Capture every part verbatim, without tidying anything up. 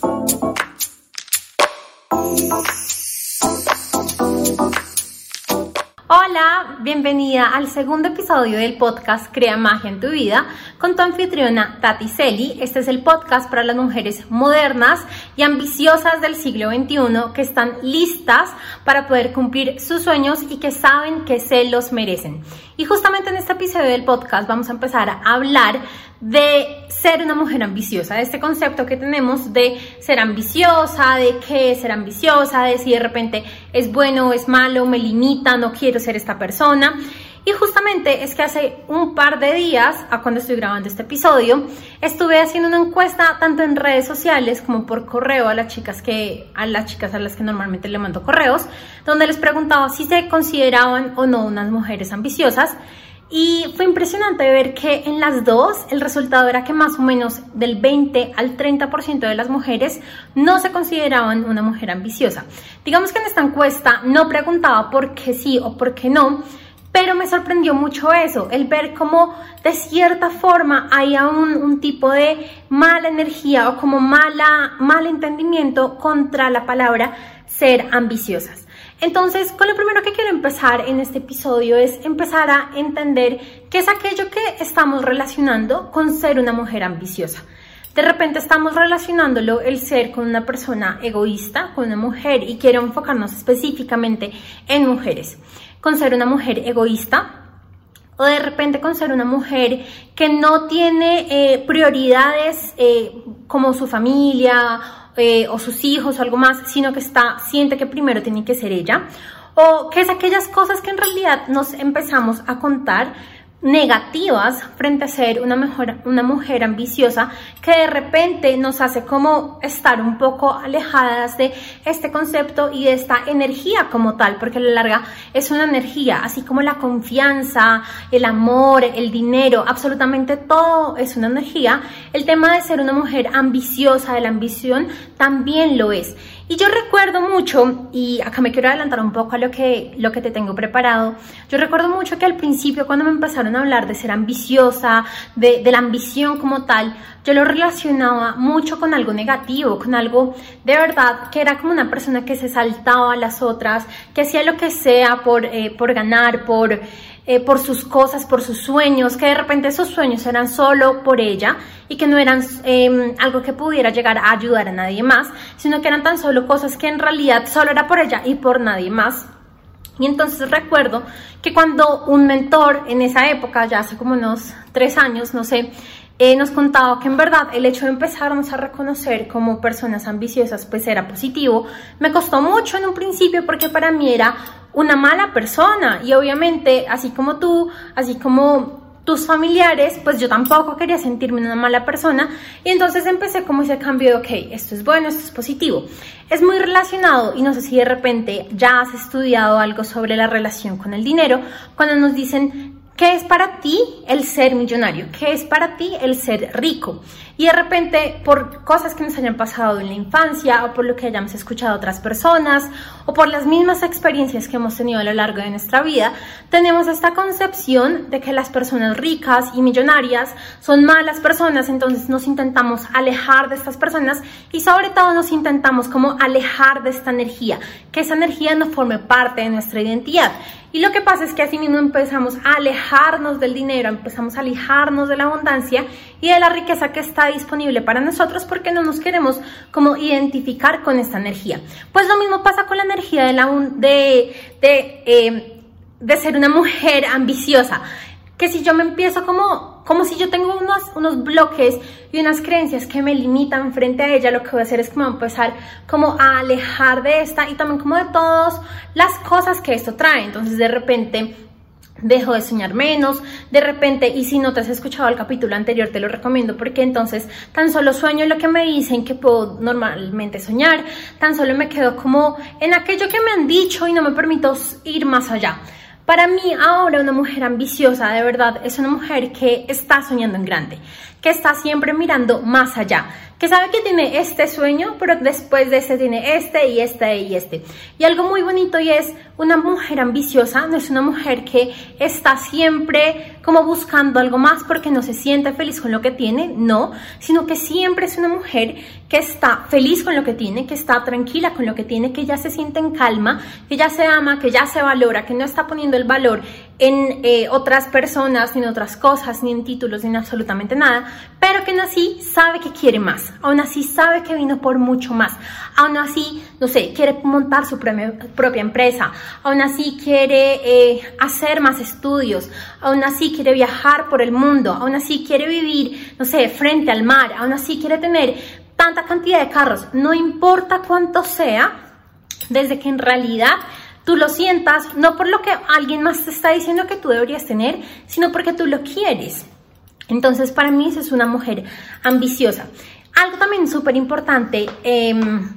Hola, bienvenida al segundo episodio del podcast Crea Magia en tu Vida con tu anfitriona Tati Celi. Este es el podcast para las mujeres modernas y ambiciosas del siglo veintiuno que están listas para poder cumplir sus sueños y que saben que se los merecen. Y justamente en este episodio del podcast vamos a empezar a hablar de ser una mujer ambiciosa, de este concepto que tenemos de ser ambiciosa, de qué es ser ambiciosa, de si de repente es bueno o es malo, me limita, no quiero ser esta persona. Y justamente es que hace un par de días, a cuando estoy grabando este episodio, estuve haciendo una encuesta tanto en redes sociales como por correo a las chicas que a las chicas a las que normalmente le mando correos, donde les preguntaba si se consideraban o no unas mujeres ambiciosas. Y fue impresionante ver que en las dos el resultado era que más o menos del veinte al treinta por ciento de las mujeres no se consideraban una mujer ambiciosa. Digamos que en esta encuesta no preguntaba por qué sí o por qué no, pero me sorprendió mucho eso, el ver cómo de cierta forma hay un, un tipo de mala energía o como mala, mal entendimiento contra la palabra ser ambiciosas. Entonces, con lo primero que quiero empezar en este episodio es empezar a entender qué es aquello que estamos relacionando con ser una mujer ambiciosa. De repente estamos relacionándolo el ser con una persona egoísta, con una mujer, y quiero enfocarnos específicamente en mujeres, con ser una mujer egoísta, o de repente con ser una mujer que no tiene eh, prioridades eh, como su familia eh, o sus hijos o algo más, sino que está, siente que primero tiene que ser ella, o que es aquellas cosas que en realidad nos empezamos a contar negativas frente a ser una, mejor, una mujer ambiciosa, que de repente nos hace como estar un poco alejadas de este concepto y de esta energía como tal, porque a la larga es una energía, así como la confianza, el amor, el dinero, absolutamente todo es una energía. El tema de ser una mujer ambiciosa, de la ambición, también lo es. Y yo recuerdo mucho, y acá me quiero adelantar un poco a lo que, lo que te tengo preparado, yo recuerdo mucho que al principio cuando me empezaron a hablar de ser ambiciosa, de, de la ambición como tal, yo lo relacionaba mucho con algo negativo, con algo de verdad que era como una persona que se saltaba a las otras, que hacía lo que sea por, eh, por ganar, por... Eh, por sus cosas, por sus sueños, que de repente esos sueños eran solo por ella y que no eran eh, algo que pudiera llegar a ayudar a nadie más, sino que eran tan solo cosas que en realidad solo era por ella y por nadie más. Y entonces recuerdo que cuando un mentor en esa época, ya hace como unos tres años, no sé, Eh, nos contaba que en verdad el hecho de empezarnos a reconocer como personas ambiciosas pues era positivo. Me costó mucho en un principio porque para mí era una mala persona y obviamente así como tú, así como tus familiares, pues yo tampoco quería sentirme una mala persona y entonces empecé como ese cambio de ok, esto es bueno, esto es positivo. Es muy relacionado y no sé si de repente ya has estudiado algo sobre la relación con el dinero, cuando nos dicen ¿qué es para ti el ser millonario? ¿Qué es para ti el ser rico? Y de repente, por cosas que nos hayan pasado en la infancia, o por lo que hayamos escuchado a otras personas, o por las mismas experiencias que hemos tenido a lo largo de nuestra vida, tenemos esta concepción de que las personas ricas y millonarias son malas personas, entonces nos intentamos alejar de estas personas y sobre todo nos intentamos como alejar de esta energía, que esa energía no forme parte de nuestra identidad. Y lo que pasa es que así mismo empezamos a alejarnos del dinero, empezamos a alejarnos de la abundancia y de la riqueza que está disponible para nosotros porque no nos queremos como identificar con esta energía. Pues lo mismo pasa con la energía de, la, de, de, eh, de ser una mujer ambiciosa, que si yo me empiezo como, como si yo tengo unos, unos bloques y unas creencias que me limitan frente a ella, lo que voy a hacer es como empezar como a alejar de esta y también como de todas las cosas que esto trae. Entonces de repente dejo de soñar menos, de repente, y si no te has escuchado el capítulo anterior te lo recomiendo porque entonces tan solo sueño lo que me dicen que puedo normalmente soñar, tan solo me quedo como en aquello que me han dicho y no me permito ir más allá. Para mí ahora una mujer ambiciosa de verdad es una mujer que está soñando en grande, que está siempre mirando más allá, que sabe que tiene este sueño, pero después de este tiene este y este y este. Y algo muy bonito y es una mujer ambiciosa, no es una mujer que está siempre como buscando algo más porque no se siente feliz con lo que tiene, no, sino que siempre es una mujer que está feliz con lo que tiene, que está tranquila con lo que tiene, que ya se siente en calma, que ya se ama, que ya se valora, que no está poniendo el valor en eh, otras personas, ni en otras cosas, ni en títulos, ni en absolutamente nada, pero que aún así sabe que quiere más, aún así sabe que vino por mucho más, aún así, no sé, quiere montar su propia, propia empresa, aún así quiere eh, hacer más estudios, aún así quiere viajar por el mundo, aún así quiere vivir, no sé, frente al mar, aún así quiere tener tanta cantidad de carros, no importa cuánto sea, desde que en realidad tú lo sientas, no por lo que alguien más te está diciendo que tú deberías tener, sino porque tú lo quieres. Entonces, para mí, eso es una mujer ambiciosa. Algo también súper importante, eh,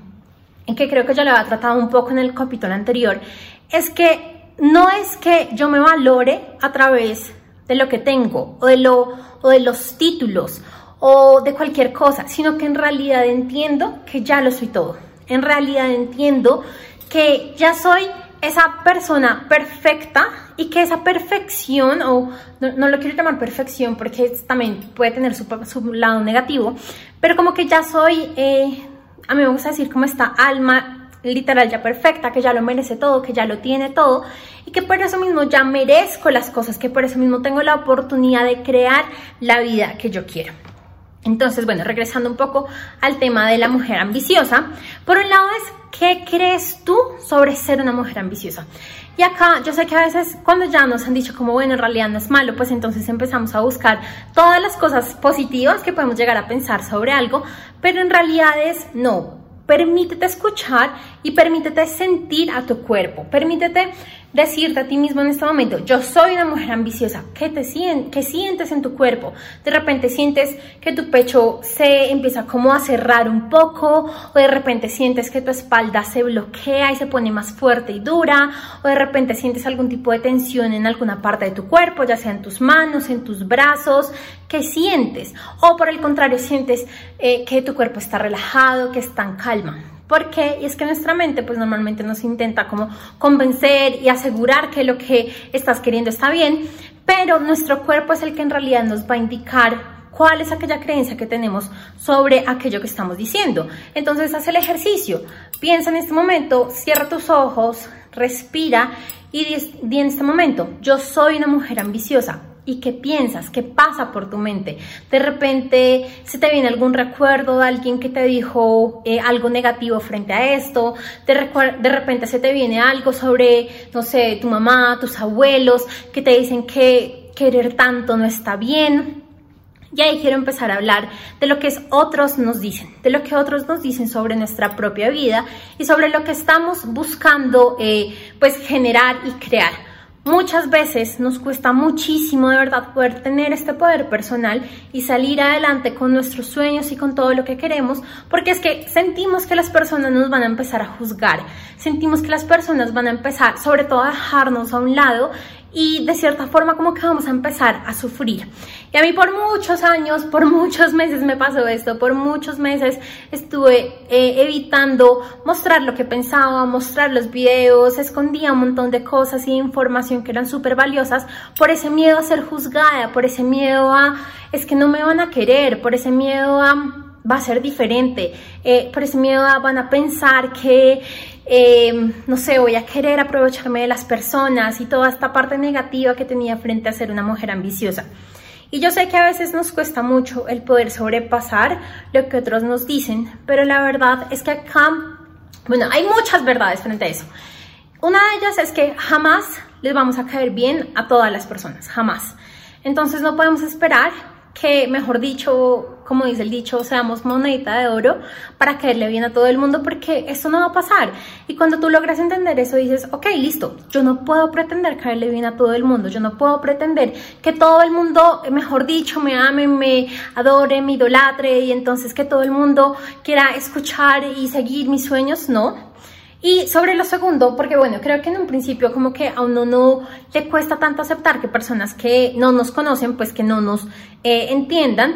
que creo que yo lo había tratado un poco en el capítulo anterior, es que no es que yo me valore a través de lo que tengo, o de, lo, o de los títulos, o de cualquier cosa, sino que en realidad entiendo que ya lo soy todo. En realidad entiendo que ya soy esa persona perfecta y que esa perfección, o no, no lo quiero llamar perfección porque también puede tener su, su lado negativo, pero como que ya soy, eh, a mí me gusta decir como esta alma literal ya perfecta, que ya lo merece todo, que ya lo tiene todo y que por eso mismo ya merezco las cosas, que por eso mismo tengo la oportunidad de crear la vida que yo quiero. Entonces, bueno, regresando un poco al tema de la mujer ambiciosa, por un lado es, ¿qué crees tú sobre ser una mujer ambiciosa? Y acá yo sé que a veces cuando ya nos han dicho como, bueno, en realidad no es malo, pues entonces empezamos a buscar todas las cosas positivas que podemos llegar a pensar sobre algo, pero en realidad es no. Permítete escuchar y permítete sentir a tu cuerpo, permítete decirte a ti mismo en este momento, yo soy una mujer ambiciosa. ¿Qué te sientes? ¿Qué sientes en tu cuerpo? De repente sientes que tu pecho se empieza como a cerrar un poco, o de repente sientes que tu espalda se bloquea y se pone más fuerte y dura, o de repente sientes algún tipo de tensión en alguna parte de tu cuerpo, ya sea en tus manos, en tus brazos. ¿Qué sientes? O por el contrario, sientes eh, que tu cuerpo está relajado, que está en calma. ¿Por qué? Y es que nuestra mente pues normalmente nos intenta como convencer y asegurar que lo que estás queriendo está bien, pero nuestro cuerpo es el que en realidad nos va a indicar cuál es aquella creencia que tenemos sobre aquello que estamos diciendo. Entonces haz el ejercicio, piensa en este momento, cierra tus ojos, respira y di en este momento, yo soy una mujer ambiciosa. ¿Y qué piensas? ¿Qué pasa por tu mente? De repente se te viene algún recuerdo de alguien que te dijo eh, algo negativo frente a esto. De, de repente se te viene algo sobre, no sé, tu mamá, tus abuelos, que te dicen que querer tanto no está bien. Y ahí quiero empezar a hablar de lo que es otros nos dicen, de lo que otros nos dicen sobre nuestra propia vida y sobre lo que estamos buscando eh, pues generar y crear. Muchas veces nos cuesta muchísimo de verdad poder tener este poder personal y salir adelante con nuestros sueños y con todo lo que queremos, porque es que sentimos que las personas nos van a empezar a juzgar, sentimos que las personas van a empezar sobre todo a dejarnos a un lado y de cierta forma como que vamos a empezar a sufrir. Y a mí por muchos años, por muchos meses me pasó esto, por muchos meses estuve eh, evitando mostrar lo que pensaba, mostrar los videos, escondía un montón de cosas y información que eran súper valiosas por ese miedo a ser juzgada, por ese miedo a, es que no me van a querer, por ese miedo a, va a ser diferente, eh, por ese miedo a, van a pensar que Eh, no sé, voy a querer aprovecharme de las personas y toda esta parte negativa que tenía frente a ser una mujer ambiciosa. Y yo sé que a veces nos cuesta mucho el poder sobrepasar lo que otros nos dicen, pero la verdad es que acá, bueno, hay muchas verdades frente a eso. Una de ellas es que jamás les vamos a caer bien a todas las personas, jamás. Entonces no podemos esperar que, mejor dicho, como dice el dicho, seamos monedita de oro para caerle bien a todo el mundo, porque eso no va a pasar. Y cuando tú logras entender eso, dices, ok, listo, yo no puedo pretender caerle bien a todo el mundo, yo no puedo pretender que todo el mundo, mejor dicho, me ame, me adore, me idolatre, y entonces que todo el mundo quiera escuchar y seguir mis sueños, no. Y sobre lo segundo, porque bueno, creo que en un principio como que a uno no le cuesta tanto aceptar que personas que no nos conocen, pues que no nos eh, entiendan,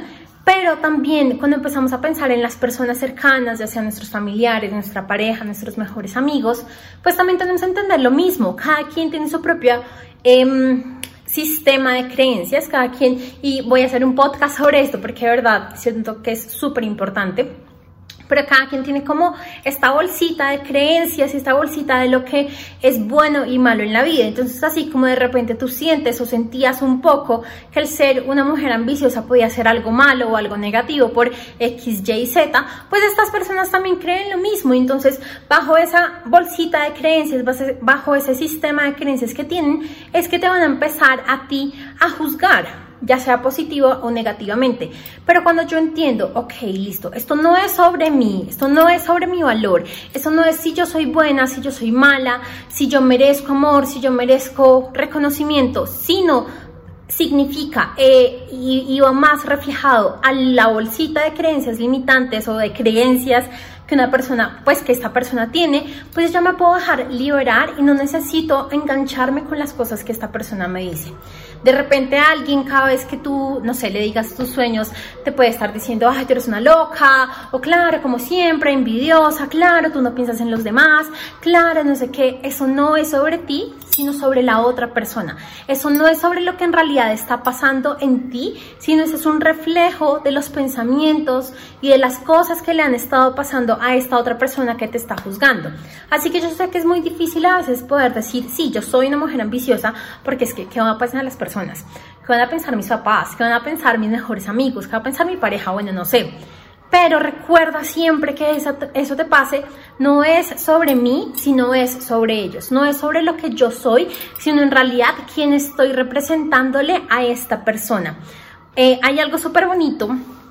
Pero también cuando empezamos a pensar en las personas cercanas, ya sean nuestros familiares, nuestra pareja, nuestros mejores amigos, pues también tenemos que entender lo mismo. Cada quien tiene su propia eh, sistema de creencias, cada quien, y voy a hacer un podcast sobre esto porque de verdad siento que es súper importante. Pero cada quien tiene como esta bolsita de creencias y esta bolsita de lo que es bueno y malo en la vida. Entonces, así como de repente tú sientes o sentías un poco que el ser una mujer ambiciosa podía ser algo malo o algo negativo por X, Y, Z, pues estas personas también creen lo mismo. Y entonces, bajo esa bolsita de creencias, bajo ese sistema de creencias que tienen, es que te van a empezar a ti a juzgar, ya sea positivo o negativamente. Pero cuando yo entiendo, ok, listo, esto no es sobre mí, esto no es sobre mi valor, esto no es si yo soy buena, si yo soy mala, si yo merezco amor, si yo merezco reconocimiento, sino significa eh, y, y va más reflejado a la bolsita de creencias limitantes o de creencias que una persona, pues que esta persona tiene, pues yo me puedo dejar liberar y no necesito engancharme con las cosas que esta persona me dice. De repente a alguien, cada vez que tú, no sé, le digas tus sueños, te puede estar diciendo, ay, tú eres una loca, o claro, como siempre, envidiosa, claro, tú no piensas en los demás, claro, no sé qué. Eso no es sobre ti, sino sobre la otra persona. Eso no es sobre lo que en realidad está pasando en ti, sino eso es un reflejo de los pensamientos y de las cosas que le han estado pasando a esta otra persona que te está juzgando. Así que yo sé que es muy difícil a veces poder decir, sí, yo soy una mujer ambiciosa, porque es que, ¿qué van a pensar las personas? ¿Qué van a pensar mis papás? ¿Qué van a pensar mis mejores amigos? ¿Qué va a pensar mi pareja? Bueno, no sé. Pero recuerda siempre que eso, eso te pase, no es sobre mí, sino es sobre ellos. No es sobre lo que yo soy, sino en realidad quién estoy representándole a esta persona. Eh, hay algo súper bonito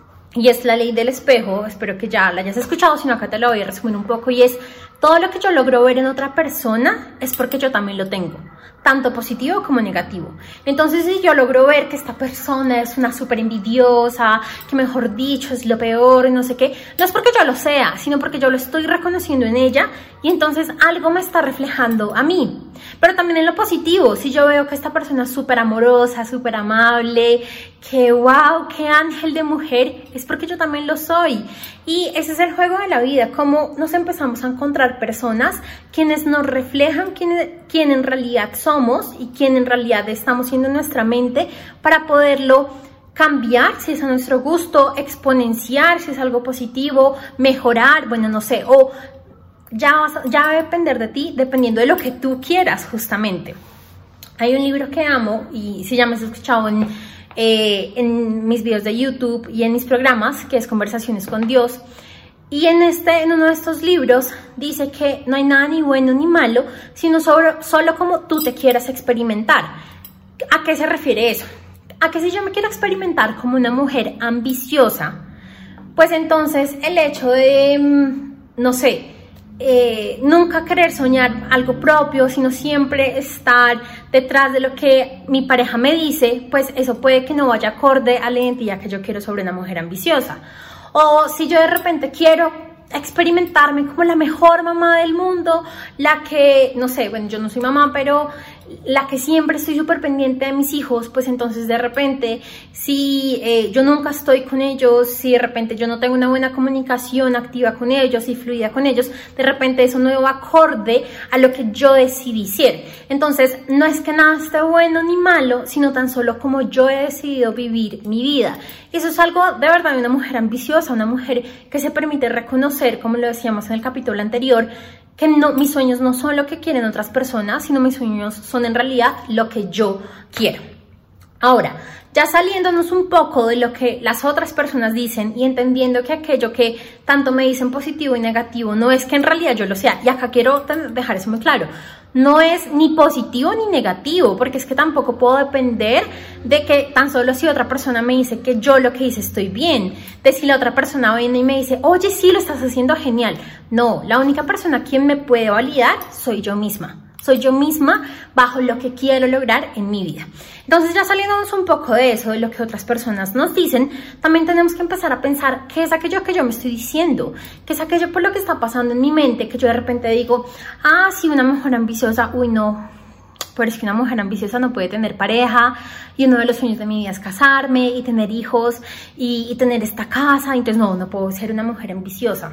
y es la ley del espejo. Espero que ya la hayas escuchado, si no acá te lo voy a resumir un poco, y es: todo lo que yo logro ver en otra persona es porque yo también lo tengo, tanto positivo como negativo. Entonces, si yo logro ver que esta persona es una súper envidiosa, que mejor dicho es lo peor y no sé qué, no es porque yo lo sea, sino porque yo lo estoy reconociendo en ella y entonces algo me está reflejando a mí. Pero también en lo positivo, si yo veo que esta persona es súper amorosa, súper amable, que wow, qué ángel de mujer, es porque yo también lo soy. Y ese es el juego de la vida, cómo nos empezamos a encontrar personas quienes nos reflejan quién, quién en realidad somos y quién en realidad estamos siendo en nuestra mente, para poderlo cambiar, si es a nuestro gusto, exponenciar, si es algo positivo, mejorar, bueno, no sé, o ya, vas, ya va a depender de ti, dependiendo de lo que tú quieras, justamente. Hay un libro que amo, y si ya me has escuchado en, eh, en mis videos de YouTube y en mis programas, que es Conversaciones con Dios. Y en, este, en uno de estos libros dice que no hay nada ni bueno ni malo, sino sobre, solo como tú te quieras experimentar. ¿A qué se refiere eso? A que si yo me quiero experimentar como una mujer ambiciosa, pues entonces el hecho de, no sé, eh, nunca querer soñar algo propio, sino siempre estar detrás de lo que mi pareja me dice, pues eso puede que no vaya acorde a la identidad que yo quiero sobre una mujer ambiciosa. O si yo de repente quiero experimentarme como la mejor mamá del mundo, la que, no sé, bueno, yo no soy mamá, pero la que siempre estoy súper pendiente de mis hijos, pues entonces de repente, si eh, yo nunca estoy con ellos, si de repente yo no tengo una buena comunicación activa con ellos y fluida con ellos, de repente eso no va acorde a lo que yo decidí ser. Entonces, no es que nada esté bueno ni malo, sino tan solo como yo he decidido vivir mi vida. Eso es algo de verdad de una mujer ambiciosa, una mujer que se permite reconocer, como lo decíamos en el capítulo anterior, que no, mis sueños no son lo que quieren otras personas, sino mis sueños son en realidad lo que yo quiero. Ahora, ya saliéndonos un poco de lo que las otras personas dicen y entendiendo que aquello que tanto me dicen positivo y negativo no es que en realidad yo lo sea, y acá quiero dejar eso muy claro, no es ni positivo ni negativo, porque es que tampoco puedo depender de que tan solo si otra persona me dice que yo lo que hice estoy bien, de si la otra persona viene y me dice, oye, sí, lo estás haciendo genial. No, la única persona quien me puede validar soy yo misma. Soy yo misma bajo lo que quiero lograr en mi vida. Entonces, ya saliéndonos un poco de eso, de lo que otras personas nos dicen, también tenemos que empezar a pensar qué es aquello que yo me estoy diciendo, qué es aquello por lo que está pasando en mi mente, que yo de repente digo, ah, sí, una mujer ambiciosa, uy, no, pero es que una mujer ambiciosa no puede tener pareja y uno de los sueños de mi vida es casarme y tener hijos y, y tener esta casa, entonces no, no puedo ser una mujer ambiciosa.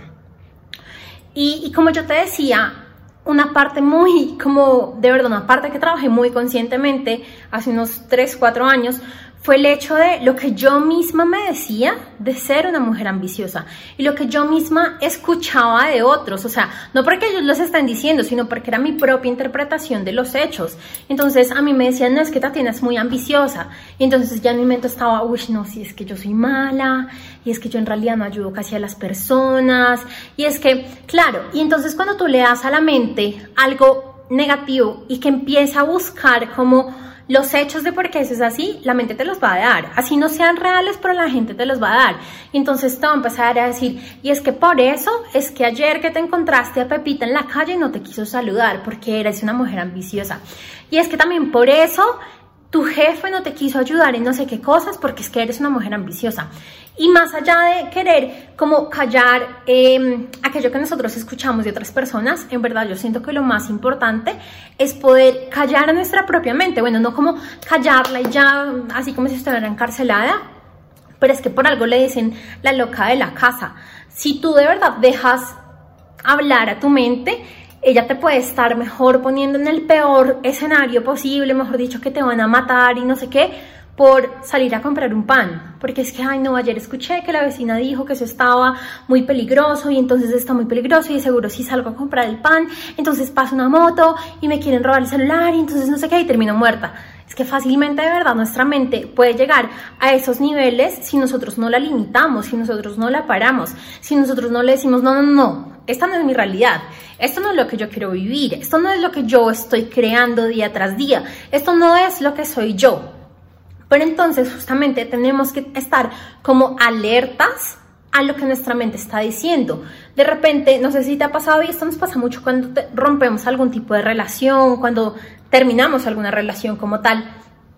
Y, y como yo te decía, una parte muy, como de verdad, una parte que trabajé muy conscientemente hace unos tres, cuatro años, fue el hecho de lo que yo misma me decía de ser una mujer ambiciosa y lo que yo misma escuchaba de otros, o sea, no porque ellos los estén diciendo, sino porque era mi propia interpretación de los hechos. Entonces a mí me decían, no, es que Tatiana es muy ambiciosa, y entonces ya en mi mente estaba, uy, no, si es que yo soy mala, y es que yo en realidad no ayudo casi a las personas, y es que, claro, y entonces cuando tú le das a la mente algo negativo y que empieza a buscar como los hechos de por qué eso es así, la mente te los va a dar, así no sean reales, pero la gente te los va a dar. Y entonces te va a empezar a decir, y es que por eso es que ayer que te encontraste a Pepita en la calle no te quiso saludar porque eres una mujer ambiciosa, y es que también por eso tu jefe no te quiso ayudar en no sé qué cosas porque es que eres una mujer ambiciosa. Y más allá de querer como callar eh, aquello que nosotros escuchamos de otras personas, en verdad yo siento que lo más importante es poder callar a nuestra propia mente. Bueno, no como callarla y ya así como si estuviera encarcelada, pero es que por algo le dicen la loca de la casa. Si tú de verdad dejas hablar a tu mente, ella te puede estar mejor poniendo en el peor escenario posible, mejor dicho, que te van a matar y no sé qué, por salir a comprar un pan, porque es que, ay no, ayer escuché que la vecina dijo que eso estaba muy peligroso y entonces está muy peligroso y seguro si salgo a comprar el pan, entonces pasa una moto y me quieren robar el celular y entonces no sé qué y termino muerta. Es que fácilmente de verdad nuestra mente puede llegar a esos niveles si nosotros no la limitamos, si nosotros no la paramos, si nosotros no le decimos, no, no, no, esta no es mi realidad, esto no es lo que yo quiero vivir, esto no es lo que yo estoy creando día tras día, esto no es lo que soy yo. Pero entonces justamente tenemos que estar como alertas a lo que nuestra mente está diciendo. De repente, no sé si te ha pasado, y esto nos pasa mucho cuando te rompemos algún tipo de relación, cuando terminamos alguna relación como tal,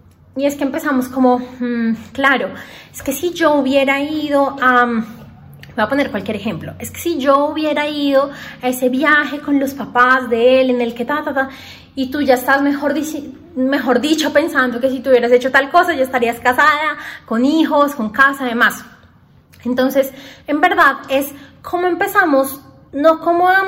y es que empezamos como, mmm, claro, es que si yo hubiera ido a... Voy a poner cualquier ejemplo. Es que si yo hubiera ido a ese viaje con los papás de él en el que ta, ta, ta, y tú ya estás mejor, mejor dicho pensando que si tú hubieras hecho tal cosa ya estarías casada, con hijos, con casa, además. Entonces, en verdad es como empezamos, no como a,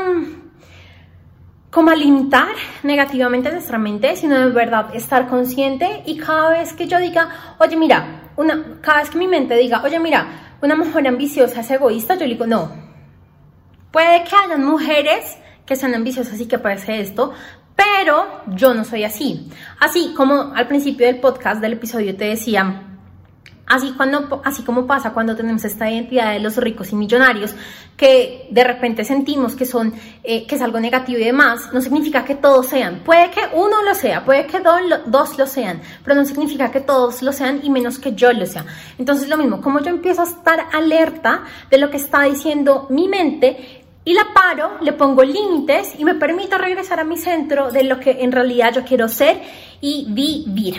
como a limitar negativamente nuestra mente, sino de verdad estar consciente, y cada vez que yo diga, oye mira, una, cada vez que mi mente diga, oye mira, una mujer ambiciosa es egoísta, yo le digo, no. Puede que hayan mujeres que sean ambiciosas y que pase esto, pero yo no soy así. Así como al principio del podcast, del episodio, te decía, así, cuando, así como pasa cuando tenemos esta identidad de los ricos y millonarios, que de repente sentimos que, son, eh, que es algo negativo y demás, no significa que todos sean. Puede que uno lo sea, puede que dos lo, dos lo sean, pero no significa que todos lo sean y menos que yo lo sea. Entonces lo mismo, como yo empiezo a estar alerta de lo que está diciendo mi mente, y la paro, le pongo límites y me permito regresar a mi centro de lo que en realidad yo quiero ser y vivir.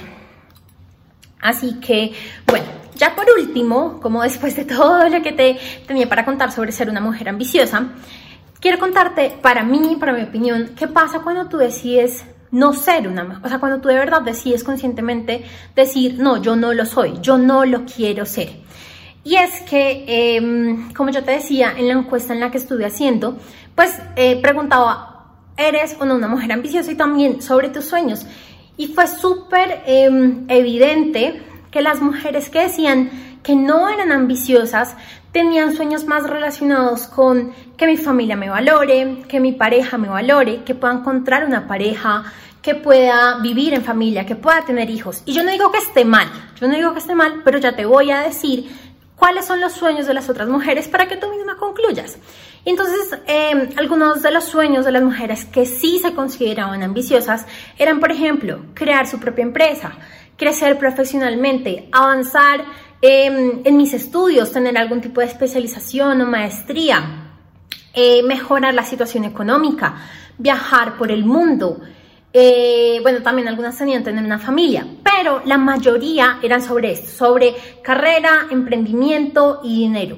Así que, bueno, ya por último, como después de todo lo que te tenía para contar sobre ser una mujer ambiciosa, quiero contarte, para mí, para mi opinión, qué pasa cuando tú decides no ser una mujer. O sea, cuando tú de verdad decides conscientemente decir, no, yo no lo soy, yo no lo quiero ser. Y es que, eh, como yo te decía en la encuesta en la que estuve haciendo, pues eh, preguntaba, ¿eres o no una mujer ambiciosa? Y también sobre tus sueños. Y fue súper eh, evidente que las mujeres que decían que no eran ambiciosas tenían sueños más relacionados con que mi familia me valore, que mi pareja me valore, que pueda encontrar una pareja, que pueda vivir en familia, que pueda tener hijos. Y yo no digo que esté mal, yo no digo que esté mal, pero ya te voy a decir cuáles son los sueños de las otras mujeres para que tú misma concluyas. Y entonces, eh, algunos de los sueños de las mujeres que sí se consideraban ambiciosas eran, por ejemplo, crear su propia empresa, crecer profesionalmente, avanzar eh, en mis estudios, tener algún tipo de especialización o maestría, eh, mejorar la situación económica, viajar por el mundo. Eh, bueno, también algunas tenían tener una familia, pero la mayoría eran sobre esto, sobre carrera, emprendimiento y dinero.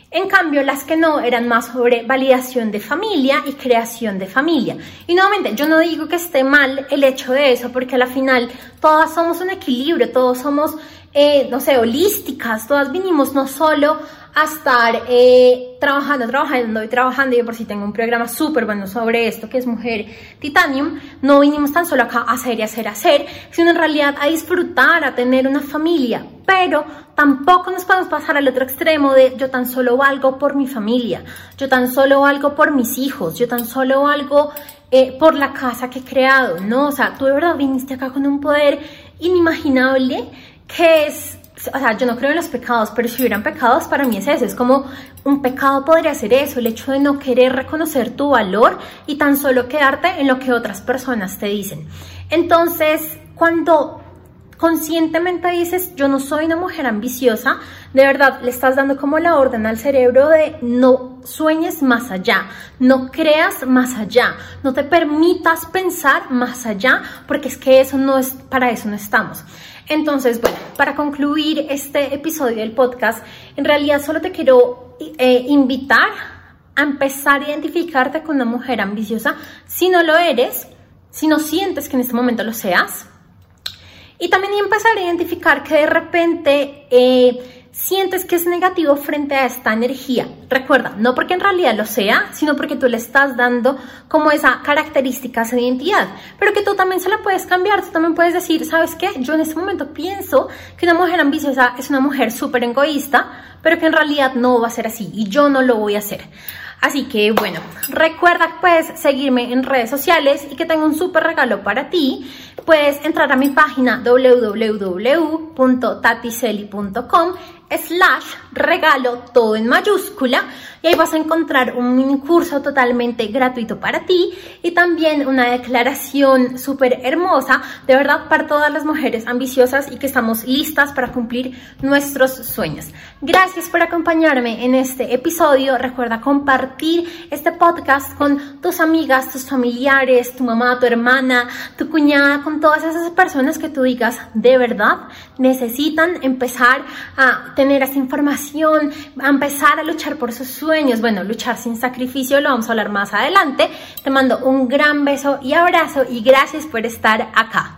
En cambio, las que no eran más sobre validación de familia y creación de familia. Y nuevamente, yo no digo que esté mal el hecho de eso, porque a la final todas somos un equilibrio, todos somos, eh, no sé, holísticas, todas vinimos no solo a estar eh, trabajando, trabajando y trabajando. Yo por si tengo un programa súper bueno sobre esto, que es Mujer Titanium. No vinimos tan solo acá a hacer y hacer, hacer, sino en realidad a disfrutar, a tener una familia. Pero tampoco nos podemos pasar al otro extremo de yo tan solo valgo por mi familia, yo tan solo valgo por mis hijos, yo tan solo valgo eh, por la casa que he creado. No, o sea, tú de verdad viniste acá con un poder inimaginable que es... O sea, yo no creo en los pecados, pero si hubieran pecados, para mí es eso. Es como un pecado podría ser eso, el hecho de no querer reconocer tu valor y tan solo quedarte en lo que otras personas te dicen. Entonces, cuando conscientemente dices, yo no soy una mujer ambiciosa, de verdad le estás dando como la orden al cerebro de no sueñes más allá, no creas más allá, no te permitas pensar más allá, porque es que eso no es, para eso no estamos. Entonces, bueno, para concluir este episodio del podcast, en realidad solo te quiero eh, invitar a empezar a identificarte con una mujer ambiciosa, si no lo eres, si no sientes que en este momento lo seas, y también empezar a identificar que de repente eh, sientes que es negativo frente a esta energía. Recuerda, no porque en realidad lo sea, sino porque tú le estás dando como esa característica, esa identidad, pero que tú también se la puedes cambiar. Tú también puedes decir, ¿sabes qué? Yo en este momento pienso que una mujer ambiciosa es una mujer súper egoísta, pero que en realidad no va a ser así y yo no lo voy a hacer. Así que bueno, recuerda pues seguirme en redes sociales y que tengo un súper regalo para ti. Puedes entrar a mi página w w w punto tatiseli punto com slash regalo, todo en mayúscula, y ahí vas a encontrar un mini curso totalmente gratuito para ti y también una declaración súper hermosa, de verdad, para todas las mujeres ambiciosas y que estamos listas para cumplir nuestros sueños. Gracias por acompañarme en este episodio. Recuerda compartir este podcast con tus amigas, tus familiares, tu mamá, tu hermana, tu cuñada, con todas esas personas que tú digas de verdad necesitan empezar a tener esta información, a empezar a luchar por sus sueños. Bueno, luchar sin sacrificio lo vamos a hablar más adelante. Te mando un gran beso y abrazo y gracias por estar acá.